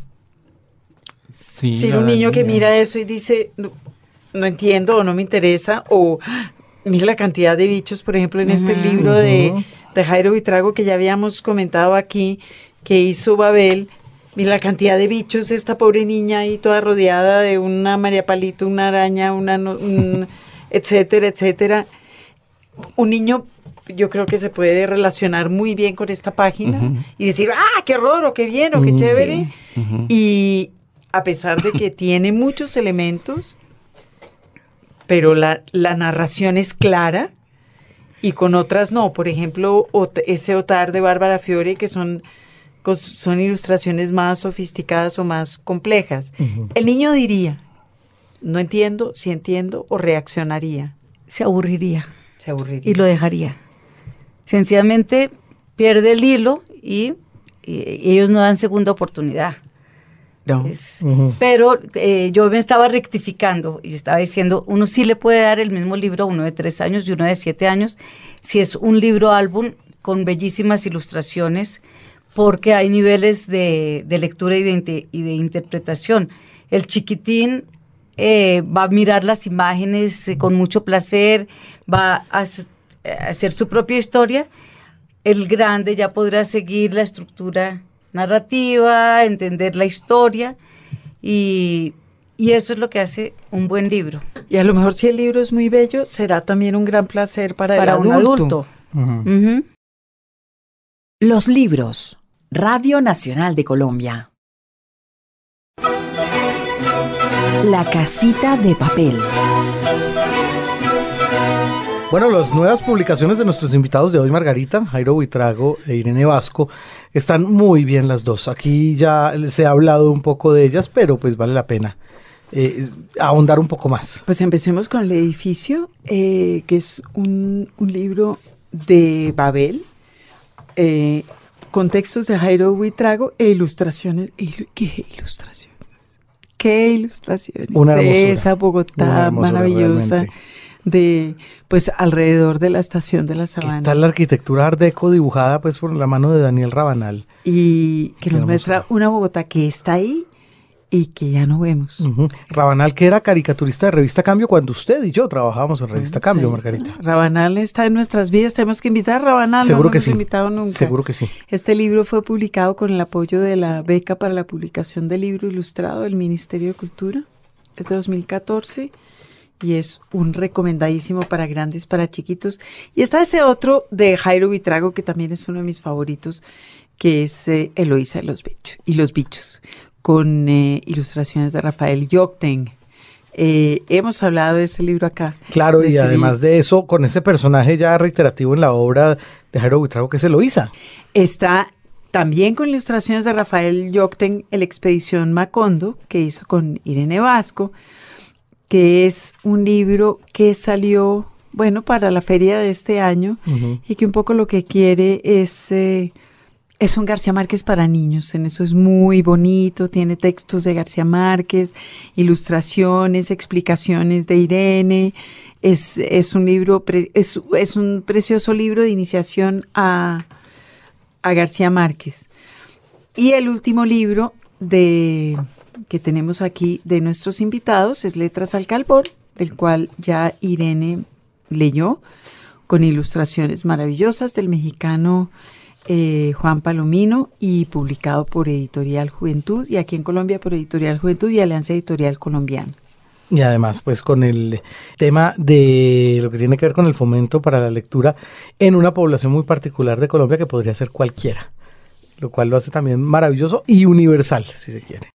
Sí. Si un niño que mira eso y dice, no, no entiendo o no me interesa, o mira la cantidad de bichos, por ejemplo, en uh-huh. este libro uh-huh. de, de Jairo Buitrago que ya habíamos comentado aquí, que hizo Babel, mira la cantidad de bichos, esta pobre niña ahí toda rodeada de una María Palito, una araña, una... Un, etcétera, etcétera. Un niño, yo creo que se puede relacionar muy bien con esta página uh-huh. y decir, ¡ah, qué horror, o qué bien, o qué uh-huh. chévere! Sí. Uh-huh. Y a pesar de que tiene muchos elementos, pero la, la narración es clara y con otras no. Por ejemplo, ot- ese Otar de Bárbara Fiore, que son, son ilustraciones más sofisticadas o más complejas. Uh-huh. El niño diría... No entiendo, si entiendo, o reaccionaría. Se aburriría. Se aburriría. Y lo dejaría. Sencillamente pierde el hilo y, y, y ellos no dan segunda oportunidad. No. Es, uh-huh. Pero eh, yo me estaba rectificando y estaba diciendo, uno sí le puede dar el mismo libro a uno de tres años y uno de siete años, si es un libro álbum con bellísimas ilustraciones, porque hay niveles de, de lectura y de, y de interpretación. El chiquitín... Eh, va a mirar las imágenes eh, con mucho placer, va a, a hacer su propia historia. El grande ya podrá seguir la estructura narrativa, entender la historia y, y eso es lo que hace un buen libro. Y a lo mejor si el libro es muy bello, será también un gran placer para, para el un adulto. adulto. Uh-huh. Uh-huh. Los libros. Radio Nacional de Colombia. La casita de papel. Bueno, las nuevas publicaciones de nuestros invitados de hoy, Margarita, Jairo Buitrago e Irene Vasco, están muy bien las dos. Aquí ya se ha hablado un poco de ellas, pero pues vale la pena eh, ahondar un poco más. Pues empecemos con El Edificio, eh, que es un, un libro de Babel, eh, con textos de Jairo Buitrago e ilustraciones. Ilu- ¿Qué ilustraciones? ¿Qué ilustraciones? Una hermosura. De esa Bogotá Una hermosura, maravillosa. Realmente. De, pues, alrededor de la estación de la Sabana. ¿Qué tal la arquitectura Art Deco dibujada, pues, por la mano de Daniel Rabanal? Y que Qué nos hermosura. muestra una Bogotá que está ahí y que ya no vemos. Uh-huh. Rabanal, que era caricaturista de Revista Cambio cuando usted y yo trabajábamos en Revista Cambio, Pues ahí Margarita. está. Rabanal está en nuestras vidas, tenemos que invitar a Rabanal. Seguro no que nos sí. hemos invitado nunca. Seguro que sí. Este libro fue publicado con el apoyo de la beca para la publicación del libro ilustrado del Ministerio de Cultura. Es de dos mil catorce. Y es un recomendadísimo para grandes, para chiquitos. Y está ese otro de Jairo Buitrago, que también es uno de mis favoritos, que es eh, Eloísa y los bichos, y los bichos, con eh, ilustraciones de Rafael Yocten. Eh, hemos hablado de este libro acá. Claro, de y además libro. de eso, con ese personaje ya reiterativo en la obra de Jairo Buitrago, que es Eloísa. Está también con ilustraciones de Rafael Yocten, El Expedición Macondo, que hizo con Irene Vasco, que es un libro que salió, bueno, para la feria de este año, uh-huh. y que un poco lo que quiere es, eh, es un García Márquez para niños. En eso es muy bonito, tiene textos de García Márquez, ilustraciones, explicaciones de Irene. Es, es un libro, pre, es, es un precioso libro de iniciación a, a García Márquez. Y el último libro de... que tenemos aquí de nuestros invitados es Letras al Calbón, del cual ya Irene leyó, con ilustraciones maravillosas del mexicano eh, Juan Palomino y publicado por Editorial Juventud, y aquí en Colombia por Editorial Juventud y Alianza Editorial Colombiana. Y además, pues, con el tema de lo que tiene que ver con el fomento para la lectura en una población muy particular de Colombia, que podría ser cualquiera, lo cual lo hace también maravilloso y universal, si se quiere.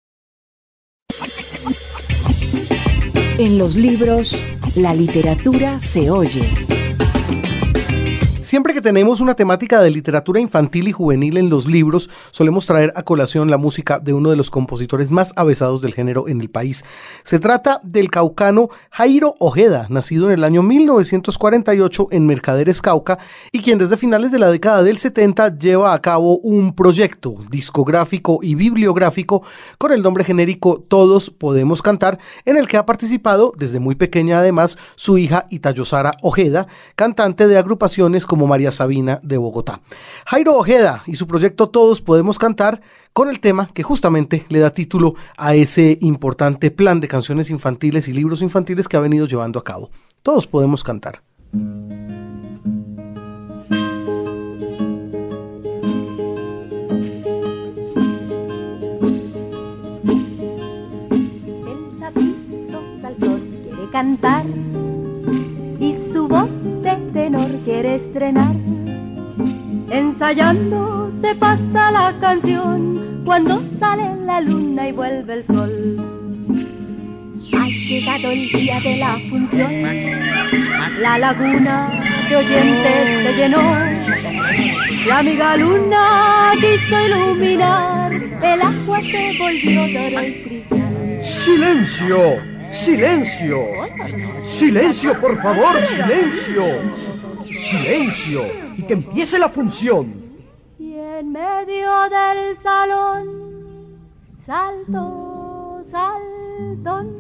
En los libros, la literatura se oye. Siempre que tenemos una temática de literatura infantil y juvenil en los libros, solemos traer a colación la música de uno de los compositores más avesados del género en el país. Se trata del caucano Jairo Ojeda, nacido en el año mil novecientos cuarenta y ocho en Mercaderes, Cauca, y quien desde finales de la década del setenta lleva a cabo un proyecto discográfico y bibliográfico con el nombre genérico Todos Podemos Cantar, en el que ha participado desde muy pequeña además su hija Itayosara Ojeda, cantante de agrupaciones como María Sabina de Bogotá. Jairo Ojeda y su proyecto Todos Podemos Cantar, con el tema que justamente le da título a ese importante plan de canciones infantiles y libros infantiles que ha venido llevando a cabo. Todos Podemos Cantar. El sapito saltón quiere cantar y su voz de tenor quiere estrenar. Ensayando se pasa la canción cuando sale la luna y vuelve el sol. Ha llegado el día de la función, la laguna de oyentes se llenó. La amiga luna quiso iluminar, el agua se volvió de oro y cristal. ¡Silencio! ¡Silencio! ¡Silencio, por favor! ¡Silencio! ¡Silencio! Y que empiece la función. Y en medio del salón saltó, saltón.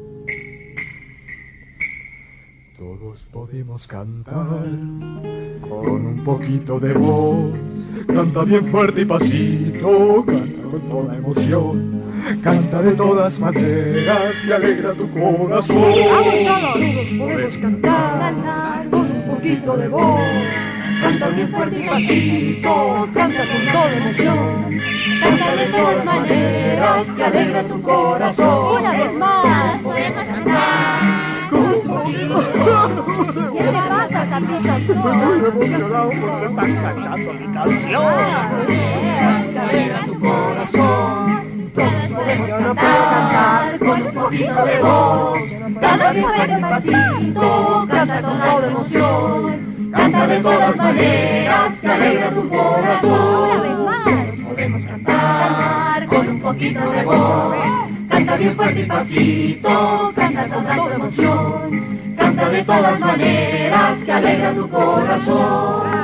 Todos podemos cantar con un poquito de voz. Canta bien fuerte y pasito, canta con toda emoción. Canta de todas maneras que alegra tu corazón. Vamos todos, todos podemos cantar, cantar con un poquito de voz. canta bien fuerte y pasito, canta con toda emoción, canta de todas maneras que alegra tu corazón. Una vez más, podemos cantar con un poquito de voz. ¿Qué te pasa, Capito? Estoy muy emocionado porque están cantando mi canción. Que alegra tu corazón. Todos podemos cantar con un poquito de voz. Canta bien fuerte y pasito, canta con toda emoción, canta de todas maneras que alegra tu corazón. Una vez más, Podemos cantar con un poquito de voz. Canta bien fuerte y pasito, canta con toda emoción, canta de todas maneras que alegra tu corazón.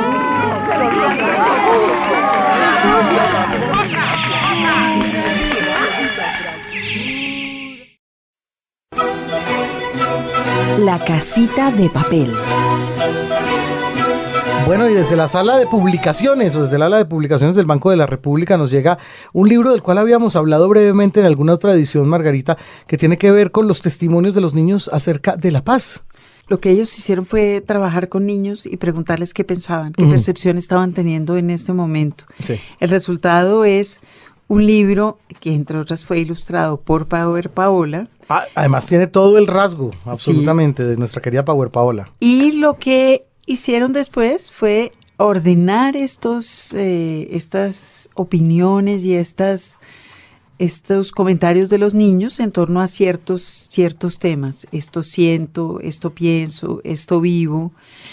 La casita de papel. Bueno, y desde la sala de publicaciones o desde la sala de publicaciones del Banco de la República nos llega un libro del cual habíamos hablado brevemente en alguna otra edición, Margarita, que tiene que ver con los testimonios de los niños acerca de la paz. Lo que ellos hicieron fue trabajar con niños y preguntarles qué pensaban, qué Ujú. percepción estaban teniendo en este momento. Sí. El resultado es un libro que, entre otras, fue ilustrado por Power Paola. Ah, además tiene todo el rasgo, absolutamente, sí, de nuestra querida Power Paola. Y lo que hicieron después fue ordenar estos, eh, estas opiniones y estas, estos comentarios de los niños en torno a ciertos, ciertos temas. Esto siento, esto pienso, esto vivo,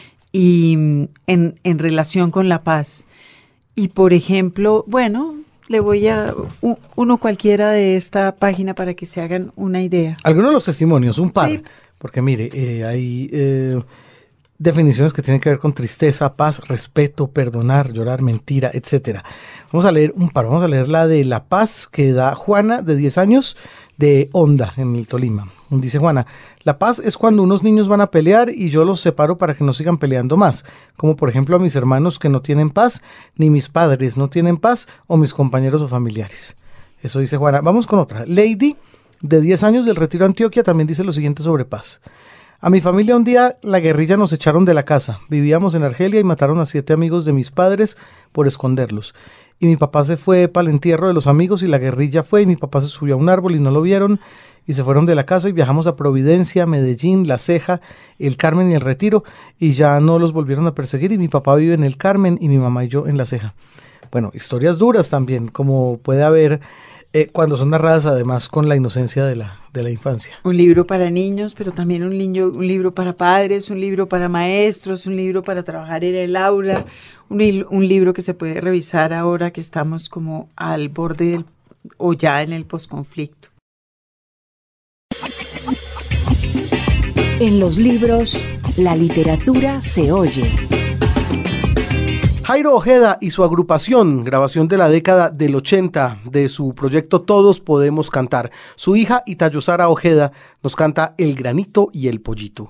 y en, en relación con la paz. Y, por ejemplo, bueno, le voy a u, uno cualquiera de esta página para que se hagan una idea. Algunos de los testimonios, un par, Sí. porque mire, eh, hay eh, definiciones que tienen que ver con tristeza, paz, respeto, perdonar, llorar, mentira, etcétera. Vamos a leer un par, vamos a leer la de la paz que da Juana, de diez años, de Honda, en el Tolima. Dice Juana: la paz es cuando unos niños van a pelear y yo los separo para que no sigan peleando más, como por ejemplo a mis hermanos que no tienen paz, ni mis padres no tienen paz, o mis compañeros o familiares. Eso dice Juana. Vamos con otra. Lady, de diez años, del Retiro Antioquia, también dice lo siguiente sobre paz. A mi familia un día la guerrilla nos echaron de la casa. Vivíamos en Argelia y mataron a siete amigos de mis padres por esconderlos. Y mi papá se fue para el entierro de los amigos y la guerrilla fue y mi papá se subió a un árbol y no lo vieron y se fueron de la casa y viajamos a Providencia, Medellín, La Ceja, El Carmen y El Retiro y ya no los volvieron a perseguir y mi papá vive en El Carmen y mi mamá y yo en La Ceja. Bueno, historias duras también, como puede haber eh, cuando son narradas además con la inocencia de la, de la infancia. Un libro para niños, pero también un, niño, un libro para padres, un libro para maestros, un libro para trabajar en el aula, un, un libro que se puede revisar ahora que estamos como al borde del, o ya en el posconflicto. En los libros, la literatura se oye. Jairo Ojeda y su agrupación, grabación de la década del ochenta de su proyecto Todos Podemos Cantar. Su hija Itayosara Ojeda nos canta El Granito y el Pollito.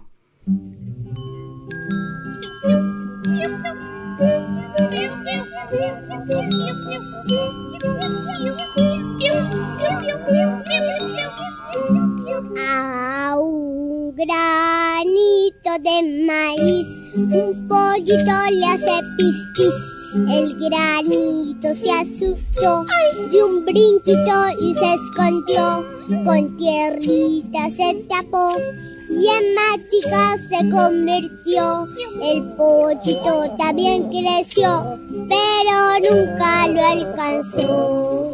A un granito de maíz un pollito le hace pis pis. El granito se asustó de un brinquito y se escondió. Con tierrita se tapó y en matica se convirtió. El pollito también creció, pero nunca lo alcanzó.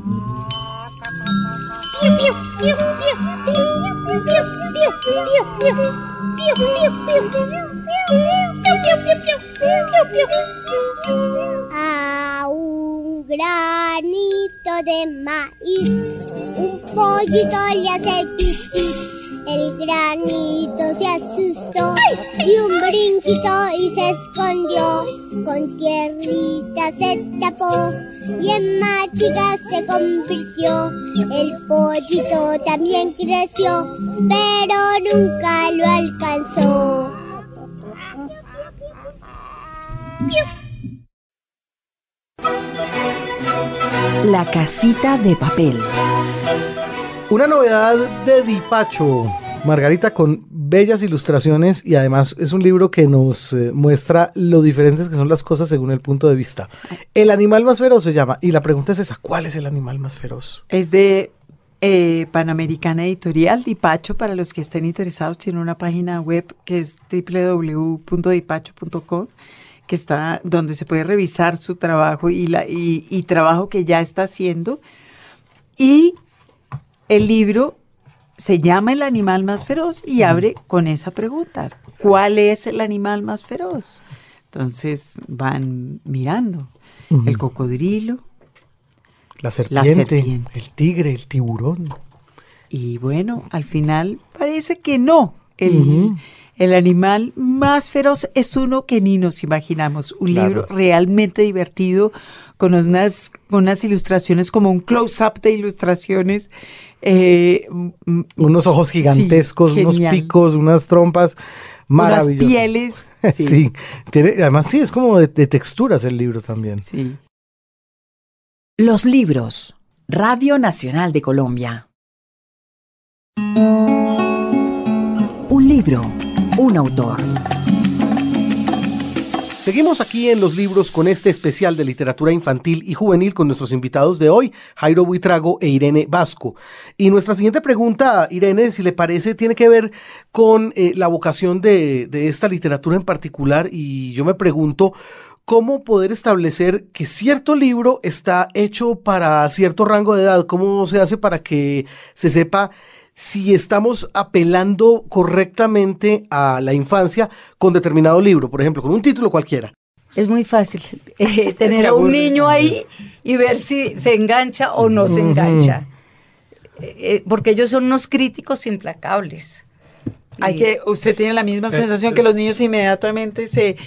A un granito de maíz un pollito le hace pis pis. El granito se asustó de un brinquito y se escondió. Con tierrita se tapó y en matica se convirtió. El pollito también creció, pero nunca lo alcanzó. La casita de papel. Una novedad de Dipacho, Margarita, con bellas ilustraciones y además es un libro que nos eh, muestra lo diferentes que son las cosas según el punto de vista. El animal más feroz se llama, y la pregunta es esa, ¿cuál es el animal más feroz? Es de eh, Panamericana Editorial, Dipacho, para los que estén interesados, tiene una página web que es doble u doble u doble u punto dipacho punto com, que está donde se puede revisar su trabajo y, la, y, y trabajo que ya está haciendo. Y el libro se llama El animal más feroz y abre con esa pregunta. ¿Cuál es el animal más feroz? Entonces van mirando. Uh-huh. El cocodrilo. La serpiente, la serpiente. El tigre, el tiburón. Y bueno, al final parece que no. El, uh-huh. el animal más feroz es uno que ni nos imaginamos. Un claro. libro realmente divertido, con unas, con unas ilustraciones, como un close-up de ilustraciones. Eh, unos ojos gigantescos, sí, unos picos, unas trompas maravillosas. Unas pieles. Sí, sí. Tiene, además sí, es como de, de texturas el libro también. Sí. Los libros. Radio Nacional de Colombia. Un libro, un autor. Seguimos aquí en Los Libros con este especial de literatura infantil y juvenil con nuestros invitados de hoy, Jairo Buitrago e Irene Vasco. Y nuestra siguiente pregunta, Irene, si le parece, tiene que ver con eh, la vocación de, de esta literatura en particular, y yo me pregunto cómo poder establecer que cierto libro está hecho para cierto rango de edad, cómo se hace para que se sepa si estamos apelando correctamente a la infancia con determinado libro, por ejemplo, con un título cualquiera. Es muy fácil eh, tener a un niño ahí y ver si se engancha o no se engancha, eh, porque ellos son unos críticos implacables. Hay que, usted tiene la misma sensación que los niños inmediatamente se...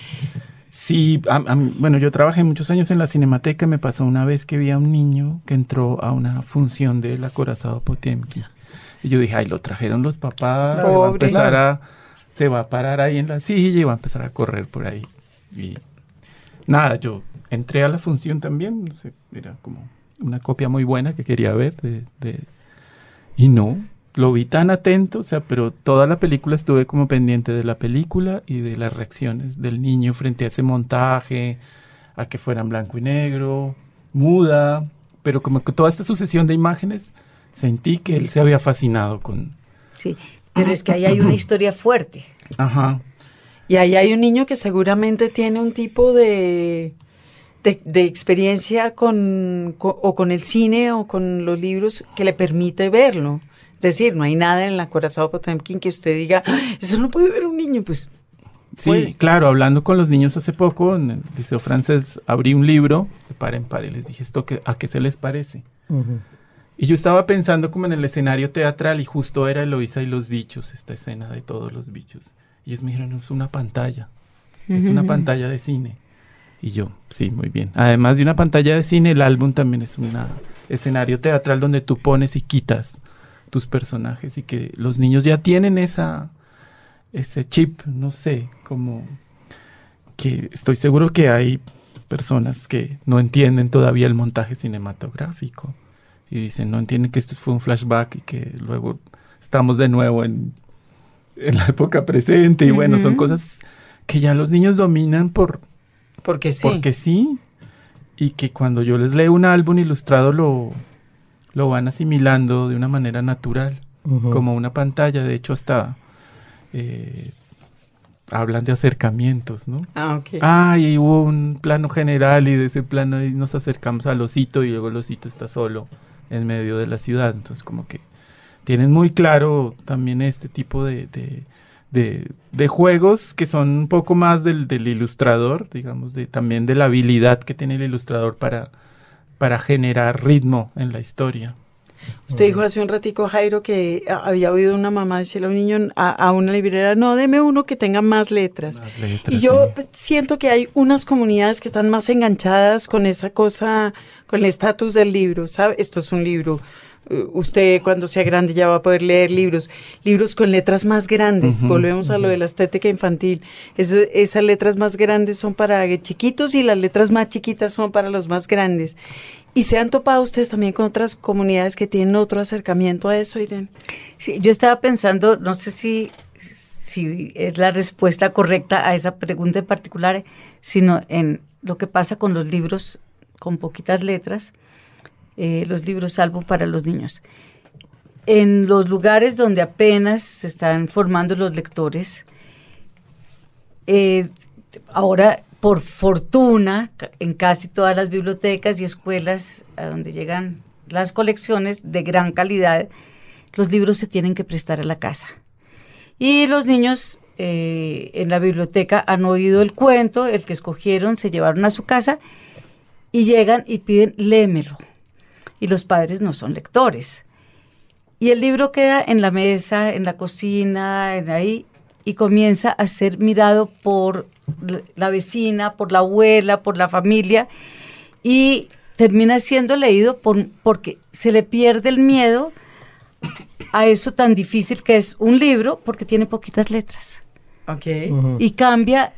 Sí, a, a, bueno, yo trabajé muchos años en la Cinemateca y me pasó una vez que vi a un niño que entró a una función del acorazado Potemkin. Y yo dije, ay, lo trajeron los papás, se va a empezar a, se va a parar ahí en la silla y va a empezar a correr por ahí. Y nada, yo entré a la función también, no sé, era como una copia muy buena que quería ver, de, de, y no, lo vi tan atento, o sea, pero toda la película estuve como pendiente de la película y de las reacciones del niño frente a ese montaje, a que fuera en blanco y negro, muda, pero como que toda esta sucesión de imágenes, sentí que él se había fascinado con... Sí, pero es que ahí hay una historia fuerte. Ajá. Y ahí hay un niño que seguramente tiene un tipo de, de, de experiencia con, con, o con el cine o con los libros que le permite verlo. Es decir, no hay nada en el acorazado Potemkin que usted diga, eso no puede ver un niño, pues... Sí, puede. Claro, hablando con los niños hace poco, en el Liceo Francés abrí un libro de par en par y les dije, ¿esto qué, a qué se les parece? Uh-huh. Y yo estaba pensando como en el escenario teatral y justo era Eloísa y los bichos, esta escena de todos los bichos. Y ellos me dijeron, es una pantalla, uh-huh. es una pantalla de cine. Y yo, sí, muy bien. Además de una pantalla de cine, el álbum también es un escenario teatral donde tú pones y quitas tus personajes y que los niños ya tienen esa, ese chip, no sé, como que estoy seguro que hay personas que no entienden todavía el montaje cinematográfico. Y dicen, no entienden que esto fue un flashback y que luego estamos de nuevo en, en la época presente. Y uh-huh. bueno, son cosas que ya los niños dominan por... Porque sí. Porque sí. Y que cuando yo les leo un álbum ilustrado lo, lo van asimilando de una manera natural. Uh-huh. Como una pantalla. De hecho, hasta eh, hablan de acercamientos, ¿no? Ah, ok. Ah, y hubo un plano general y de ese plano nos acercamos al osito y luego el osito está solo en medio de la ciudad, entonces como que tienen muy claro también este tipo de, de, de, de juegos que son un poco más del, del ilustrador, digamos, de también de la habilidad que tiene el ilustrador para, para generar ritmo en la historia. Usted dijo hace un ratico, Jairo, que había oído una mamá decirle a un niño, a, a una librera, no, deme uno que tenga más letras. Más letras y yo sí. siento que hay unas comunidades que están más enganchadas con esa cosa, con el estatus del libro, ¿sabe? Esto es un libro. Uh, usted cuando sea grande ya va a poder leer libros, libros con letras más grandes. Uh-huh, Volvemos uh-huh. a lo de la estética infantil. Es, esas letras más grandes son para chiquitos y las letras más chiquitas son para los más grandes. ¿Y se han topado ustedes también con otras comunidades que tienen otro acercamiento a eso, Irene? Sí, yo estaba pensando, no sé si, si es la respuesta correcta a esa pregunta en particular, sino en lo que pasa con los libros con poquitas letras, eh, los libros salvo para los niños. En los lugares donde apenas se están formando los lectores, eh, ahora, por fortuna, en casi todas las bibliotecas y escuelas a donde llegan las colecciones de gran calidad, los libros se tienen que prestar a la casa. Y los niños eh, en la biblioteca han oído el cuento, el que escogieron, se llevaron a su casa y llegan y piden, léemelo. Y los padres no son lectores. Y el libro queda en la mesa, en la cocina, en ahí, y comienza a ser mirado por la vecina, por la abuela, por la familia, y termina siendo leído por, porque se le pierde el miedo a eso tan difícil que es un libro, porque tiene poquitas letras. Okay. Uh-huh. Y cambia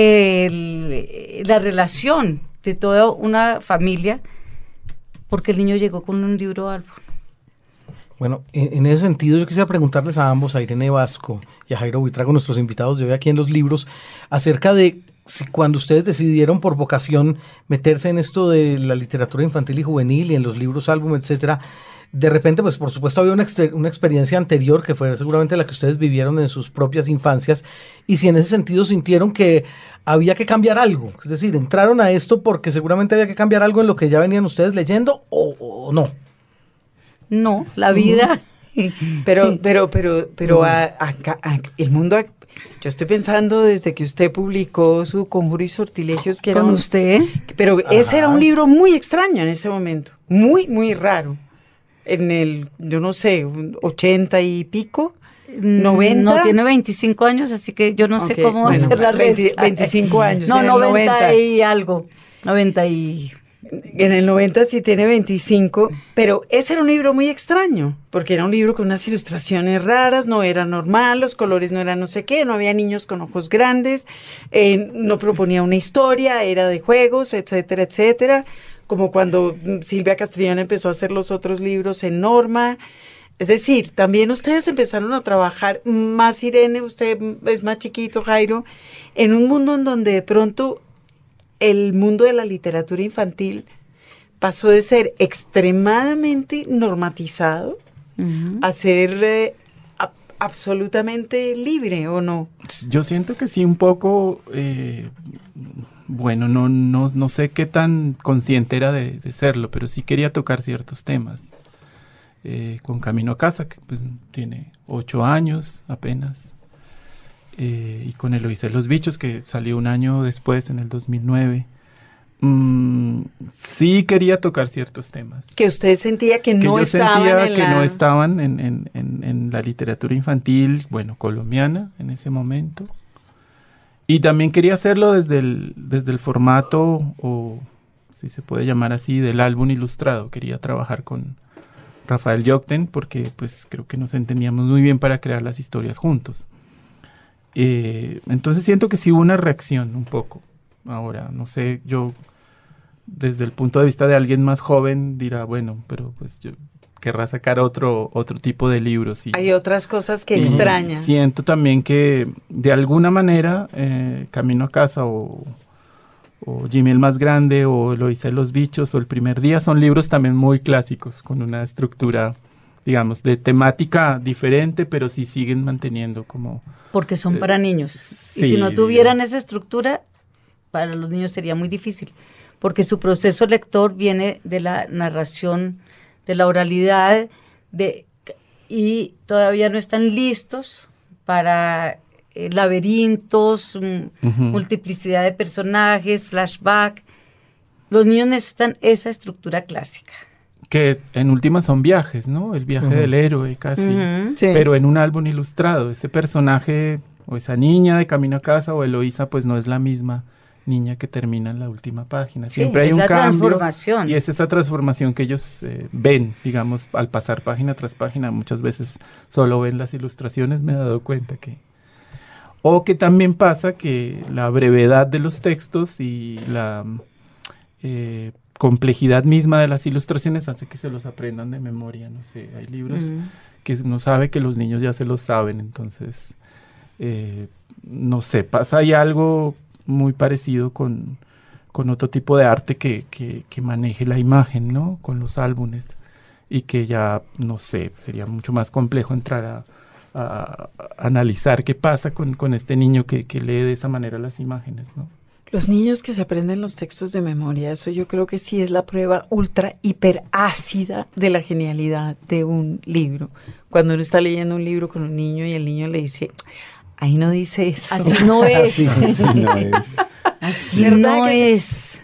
el, la relación de toda una familia, porque el niño llegó con un libro árbol. Bueno, en, en ese sentido yo quisiera preguntarles a ambos, a Irene Vasco y a Jairo Buitrago, nuestros invitados de hoy aquí en Los Libros, acerca de si cuando ustedes decidieron por vocación meterse en esto de la literatura infantil y juvenil y en los libros álbum, etcétera, de repente, pues por supuesto había una, exter- una experiencia anterior que fue seguramente la que ustedes vivieron en sus propias infancias, y si en ese sentido sintieron que había que cambiar algo, es decir, entraron a esto porque seguramente había que cambiar algo en lo que ya venían ustedes leyendo, o, o no. No, la vida. Pero, pero, pero, pero a, a, a, el mundo, yo estoy pensando desde que usted publicó su Conjuro y Sortilegios, que era ¿Con un, usted? Pero Ajá. Ese era un libro muy extraño en ese momento, muy, muy raro. En el, yo no sé, ochenta y pico, noventa. No, tiene veinticinco años, así que yo no sé Okay, cómo bueno, hacer la veinte, resta. veinticinco años. No, en noventa el noventa. y algo. noventa y... En el noventa sí tiene veinticinco, pero ese era un libro muy extraño, porque era un libro con unas ilustraciones raras, no era normal, los colores no eran no sé qué, no había niños con ojos grandes, eh, no proponía una historia, era de juegos, etcétera, etcétera, como cuando Silvia Castrillón empezó a hacer los otros libros en Norma. Es decir, también ustedes empezaron a trabajar, más Irene, usted es más chiquito, Jairo, en un mundo en donde de pronto el mundo de la literatura infantil pasó de ser extremadamente normatizado uh-huh. a ser eh, a, absolutamente libre, ¿o no? Yo siento que sí, un poco, eh, bueno, no, no, no sé qué tan consciente era de, de serlo, pero sí quería tocar ciertos temas. Eh, con Camino a Casa, que pues tiene ocho años apenas. Eh, y con Eloísa y los bichos, que salió un año después, en el dos mil nueve. Mm, sí quería tocar ciertos temas. Que usted sentía que, que no yo estaban sentía en que la... no estaban en, en, en, en la literatura infantil, bueno, colombiana en ese momento. Y también quería hacerlo desde el, desde el formato, o si se puede llamar así, del álbum ilustrado. Quería trabajar con Rafael Yocten, porque pues creo que nos entendíamos muy bien para crear las historias juntos. Eh, entonces siento que sí hubo una reacción un poco. Ahora, no sé, yo desde el punto de vista de alguien más joven dirá, bueno, pero pues yo querrá sacar otro, otro tipo de libros. Y, hay otras cosas que y extraña. Siento también que de alguna manera eh, Camino a Casa o, o Jimmy el más grande o Eloísa y los bichos o El primer día son libros también muy clásicos, con una estructura, digamos, de temática diferente, pero sí siguen manteniendo como... Porque son eh, para niños. Sí, y si no tuvieran esa estructura, para los niños sería muy difícil. Porque su proceso lector viene de la narración, de la oralidad, de, y todavía no están listos para eh, laberintos, uh-huh. multiplicidad de personajes, flashback. Los niños necesitan esa estructura clásica. Que en últimas son viajes, ¿no? El viaje uh-huh. del héroe casi, uh-huh. sí. Pero en un álbum ilustrado. Este personaje, o esa niña de Camino a Casa, o Eloísa, pues no es la misma niña que termina en la última página. Sí, siempre hay un cambio. Transformación. Y es esa transformación que ellos eh, ven, digamos, al pasar página tras página. Muchas veces solo ven las ilustraciones, me he dado cuenta que... O que también pasa que la brevedad de los textos y la... Eh, complejidad misma de las ilustraciones hace que se los aprendan de memoria, no sé, hay libros uh-huh. que uno sabe que los niños ya se los saben, entonces Eh, no sé, pasa ahí algo muy parecido con, con otro tipo de arte que, que, que maneje la imagen, ¿no? Con los álbumes, y que ya, no sé, sería mucho más complejo entrar a, a, a analizar qué pasa con, con este niño que, que lee de esa manera las imágenes, ¿no? Los niños que se aprenden los textos de memoria, eso yo creo que sí es la prueba ultra, hiper ácida de la genialidad de un libro. Cuando uno está leyendo un libro con un niño y el niño le dice, ahí no dice eso. Así no es. Así no es. Así no es.